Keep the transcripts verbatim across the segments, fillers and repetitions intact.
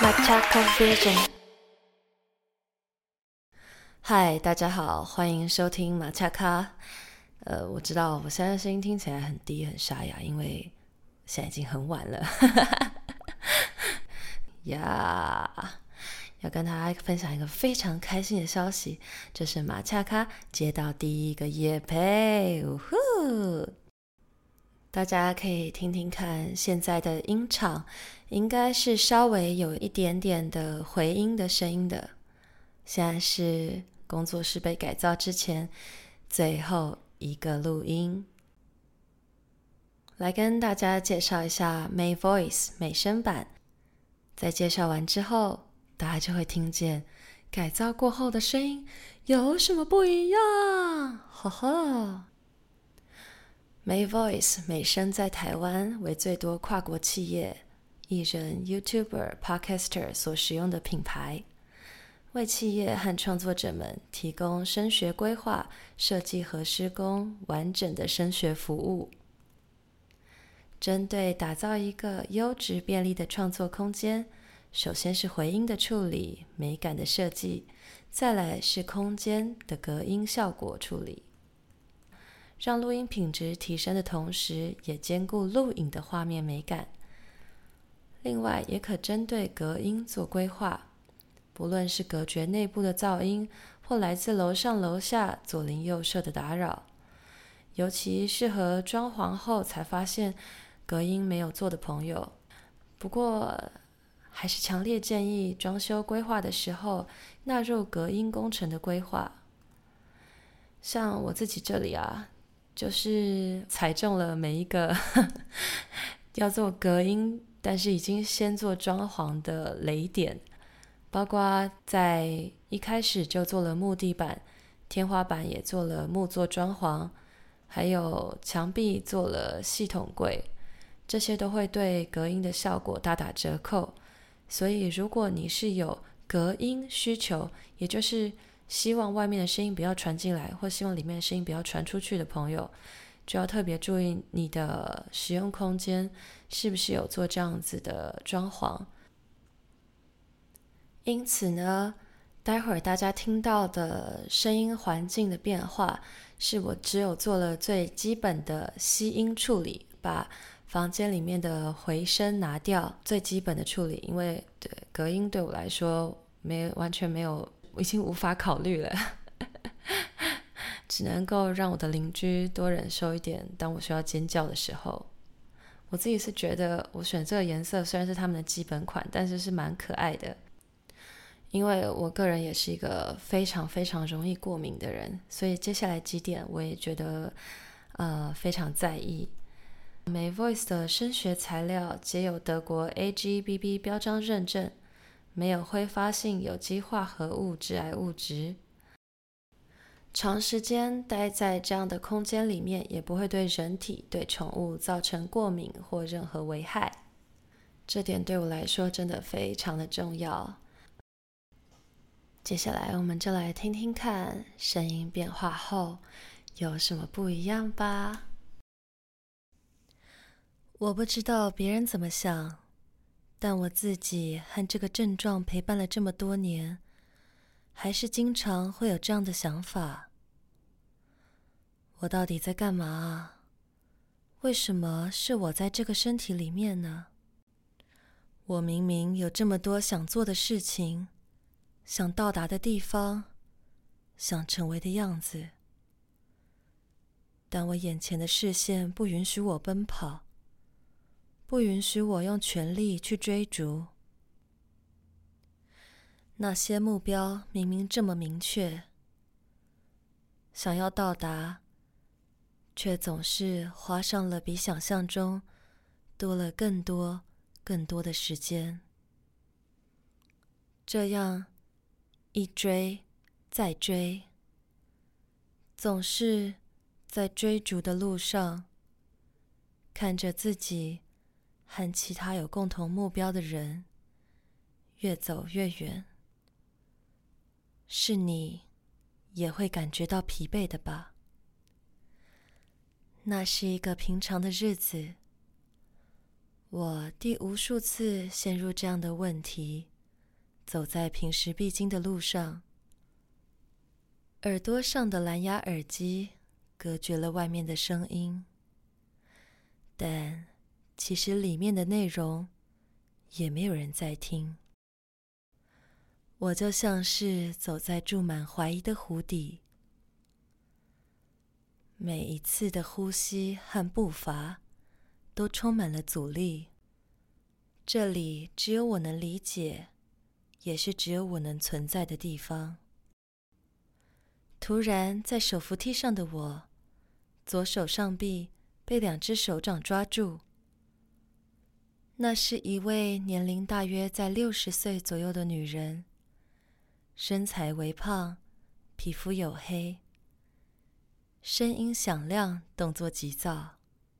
Machaca Vision。嗨，大家好，欢迎收听马恰卡。呃，我知道我现在声音听起来很低很沙哑，因为现在已经很晚了。呀、yeah 要跟大家分享一个非常开心的消息，就是马恰卡接到第一个业配，呜呼！大家可以听听看，现在的音场应该是稍微有一点点的回音的声音的。现在是工作室被改造之前最后一个录音，来跟大家介绍一下 May Voice 美声版。在介绍完之后，大家就会听见改造过后的声音有什么不一样，呵呵。May Voice 美声在台湾为最多跨国企业、艺人、YouTuber、Podcaster 所使用的品牌，为企业和创作者们提供声学规划、设计和施工完整的声学服务。针对打造一个优质便利的创作空间，首先是回音的处理、美感的设计，再来是空间的隔音效果处理，让录音品质提升的同时，也兼顾录影的画面美感。另外，也可针对隔音做规划，不论是隔绝内部的噪音，或来自楼上楼下、左邻右舍的打扰，尤其适合装潢后才发现隔音没有做的朋友。不过，还是强烈建议装修规划的时候纳入隔音工程的规划。像我自己这里啊，就是踩中了每一个要做隔音，但是已经先做装潢的雷点。包括在一开始就做了木地板，天花板也做了木作装潢，还有墙壁做了系统柜，这些都会对隔音的效果大打折扣。所以如果你是有隔音需求，也就是希望外面的声音不要传进来，或希望里面的声音不要传出去的朋友，就要特别注意你的使用空间是不是有做这样子的装潢。因此呢，待会儿大家听到的声音环境的变化，是我只有做了最基本的吸音处理，把房间里面的回声拿掉，最基本的处理。因为对隔音对我来说没完全没有，我已经无法考虑了只能够让我的邻居多忍受一点，当我需要尖叫的时候。我自己是觉得我选这个颜色虽然是他们的基本款，但是是蛮可爱的。因为我个人也是一个非常非常容易过敏的人，所以接下来几点我也觉得呃非常在意。May Voice 的声学材料皆有德国 A G B B 标章认证，没有挥发性有机化合物致癌物质。长时间待在这样的空间里面，也不会对人体、对宠物造成过敏或任何危害。这点对我来说真的非常的重要。接下来我们就来听听看声音变化后有什么不一样吧。我不知道别人怎么想，但我自己和这个症状陪伴了这么多年，还是经常会有这样的想法。我到底在干嘛啊？为什么是我在这个身体里面呢？我明明有这么多想做的事情，想到达的地方，想成为的样子，但我眼前的视线不允许我奔跑，不允许我用全力去追逐。那些目标明明这么明确，想要到达，却总是花上了比想象中多了更多更多的时间。这样一追再追，总是在追逐的路上，看着自己和其他有共同目标的人越走越远。是你也会感觉到疲惫的吧？那是一个平常的日子，我第无数次陷入这样的问题， 走在平时必经的路上，耳朵上的蓝牙耳机隔绝了外面的声音，但其实里面的内容也没有人在听。我就像是走在注满怀疑的湖底，每一次的呼吸和步伐都充满了阻力。这里只有我能理解，也是只有我能存在的地方。突然，在手扶梯上的我，左手上臂被两只手掌抓住。那是一位年龄大约在六十岁左右的女人，身材微胖，皮肤黝黑，声音响亮，动作急躁。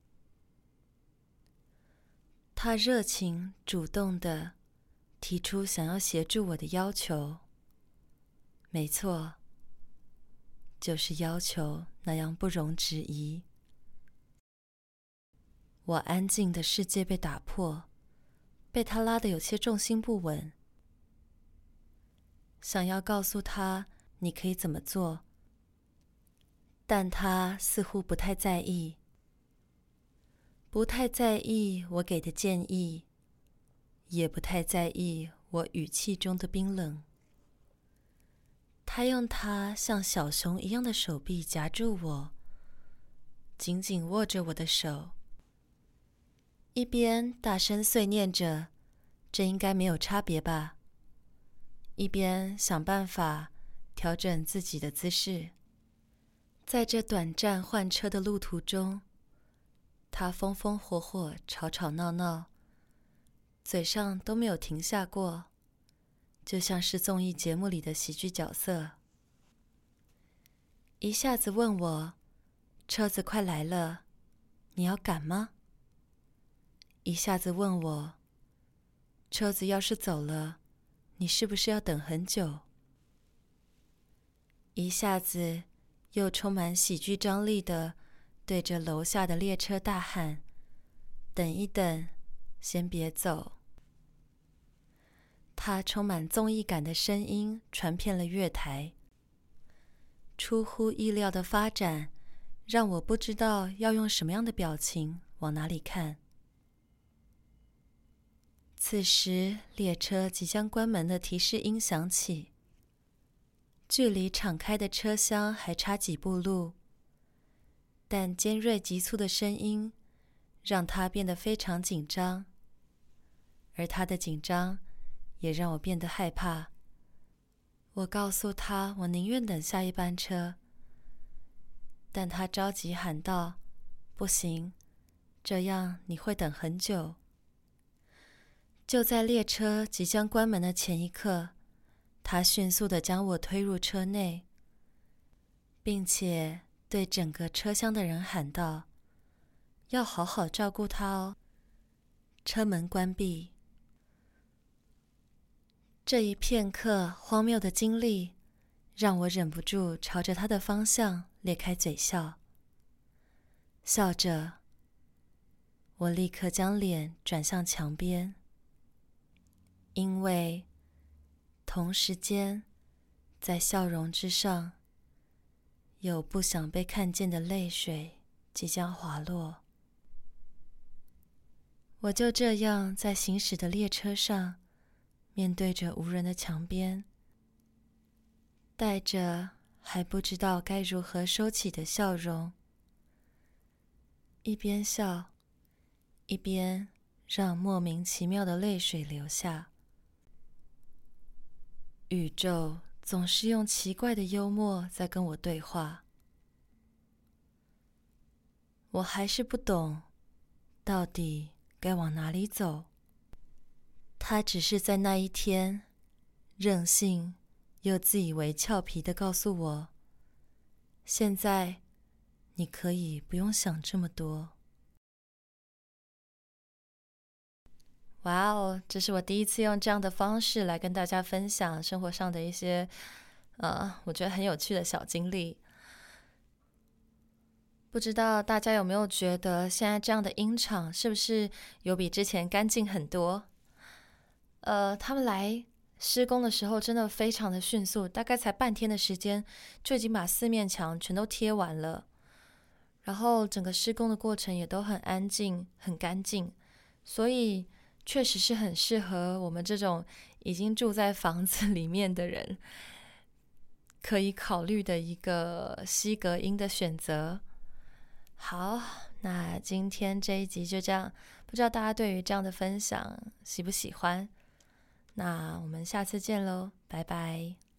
她热情主动地提出想要协助我的要求。没错，就是要求那样不容置疑。我安静的世界被打破，被她拉得有些重心不稳。想要告诉她你可以怎么做，但她似乎不太在意，不太在意我给的建议，也不太在意我语气中的冰冷。她用她像小熊一样的手臂夹住我，紧紧握着我的手，一边大声碎念着这应该没有差别吧，一边想办法调整自己的姿势。在这短暂换车的路途中，他风风火火，吵吵闹闹，嘴上都没有停下过，就像是综艺节目里的喜剧角色。一下子问我，车子快来了，你要赶吗？一下子问我，车子要是走了，你是不是要等很久？一下子又充满喜剧张力的对着楼下的列车大喊，等一等，先别走。他充满综艺感的声音传遍了月台。出乎意料的发展让我不知道要用什么样的表情往哪里看。此时列车即将关门的提示音响起，距离敞开的车厢还差几步路，但尖锐急促的声音让他变得非常紧张，而他的紧张也让我变得害怕。我告诉他我宁愿等下一班车，但他着急喊道，不行，这样你会等很久。就在列车即将关门的前一刻，他迅速地将我推入车内，并且对整个车厢的人喊道，要好好照顾他哦。车门关闭。这一片刻荒谬的经历让我忍不住朝着他的方向咧开嘴笑。笑着，我立刻将脸转向墙边，因为同时间在笑容之上有不想被看见的泪水即将滑落。我就这样在行驶的列车上，面对着无人的墙边，带着还不知道该如何收起的笑容，一边笑，一边让莫名其妙的泪水流下。宇宙总是用奇怪的幽默在跟我对话。我还是不懂，到底该往哪里走。他只是在那一天，任性又自以为俏皮地告诉我，现在你可以不用想这么多。哇哦，这是我第一次用这样的方式来跟大家分享生活上的一些呃，我觉得很有趣的小经历。不知道大家有没有觉得现在这样的音场是不是有比之前干净很多？呃，他们来施工的时候真的非常的迅速，大概才半天的时间就已经把四面墙全都贴完了。然后整个施工的过程也都很安静、很干净，所以确实是很适合我们这种已经住在房子里面的人可以考虑的一个吸隔音的选择。好，那今天这一集就这样，不知道大家对于这样的分享喜不喜欢？那我们下次见喽，拜拜。